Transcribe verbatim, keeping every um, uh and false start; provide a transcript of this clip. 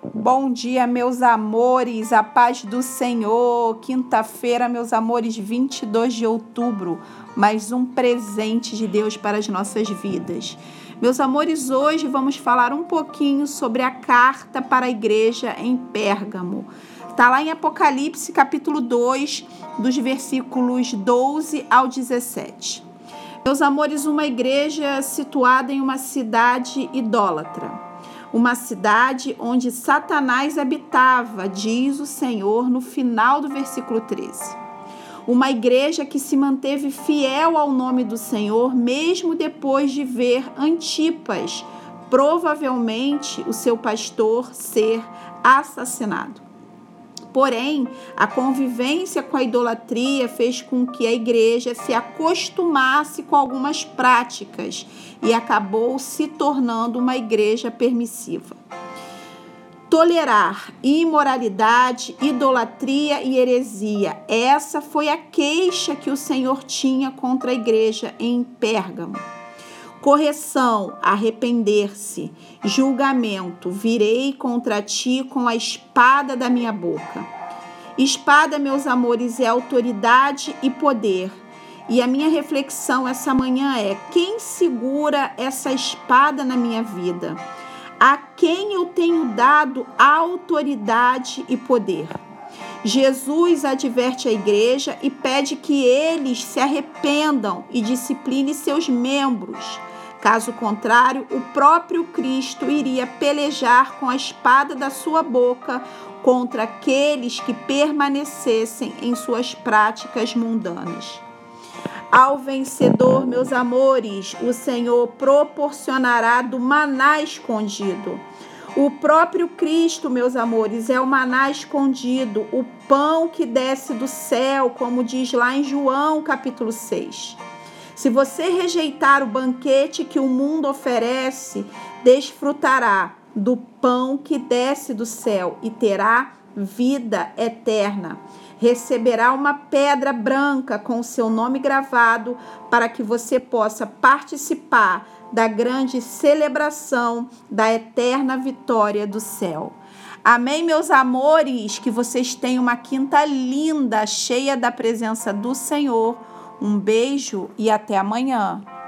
Bom dia, meus amores, a paz do Senhor. Quinta-feira, meus amores, vinte e dois de outubro, mais um presente de Deus para as nossas vidas. Meus amores, hoje vamos falar um pouquinho sobre a carta para a igreja em Pérgamo. Está lá em Apocalipse, capítulo dois, dos versículos doze ao dezessete. Meus amores, uma igreja situada em uma cidade idólatra. Uma cidade onde Satanás habitava, diz o Senhor no final do versículo treze. Uma igreja que se manteve fiel ao nome do Senhor, mesmo depois de ver Antipas, provavelmente o seu pastor, ser assassinado. Porém, a convivência com a idolatria fez com que a igreja se acostumasse com algumas práticas e acabou se tornando uma igreja permissiva. Tolerar imoralidade, idolatria e heresia. Essa foi a queixa que o Senhor tinha contra a igreja em Pérgamo. Correção, arrepender-se, julgamento, virei contra ti com a espada da minha boca. Espada, meus amores, é autoridade e poder. E a minha reflexão essa manhã é: quem segura essa espada na minha vida? A quem eu tenho dado autoridade e poder? Jesus adverte a igreja e pede que eles se arrependam e disciplinem seus membros. Caso contrário, o próprio Cristo iria pelejar com a espada da sua boca contra aqueles que permanecessem em suas práticas mundanas. Ao vencedor, meus amores, o Senhor proporcionará do maná escondido. O próprio Cristo, meus amores, é o maná escondido, o pão que desce do céu, como diz lá em João, capítulo seis. Se você rejeitar o banquete que o mundo oferece, desfrutará do pão que desce do céu e terá vida eterna. Receberá uma pedra branca com o seu nome gravado para que você possa participar da grande celebração da eterna vitória do céu. Amém, meus amores? Que vocês tenham uma quinta linda, cheia da presença do Senhor. Um beijo e até amanhã.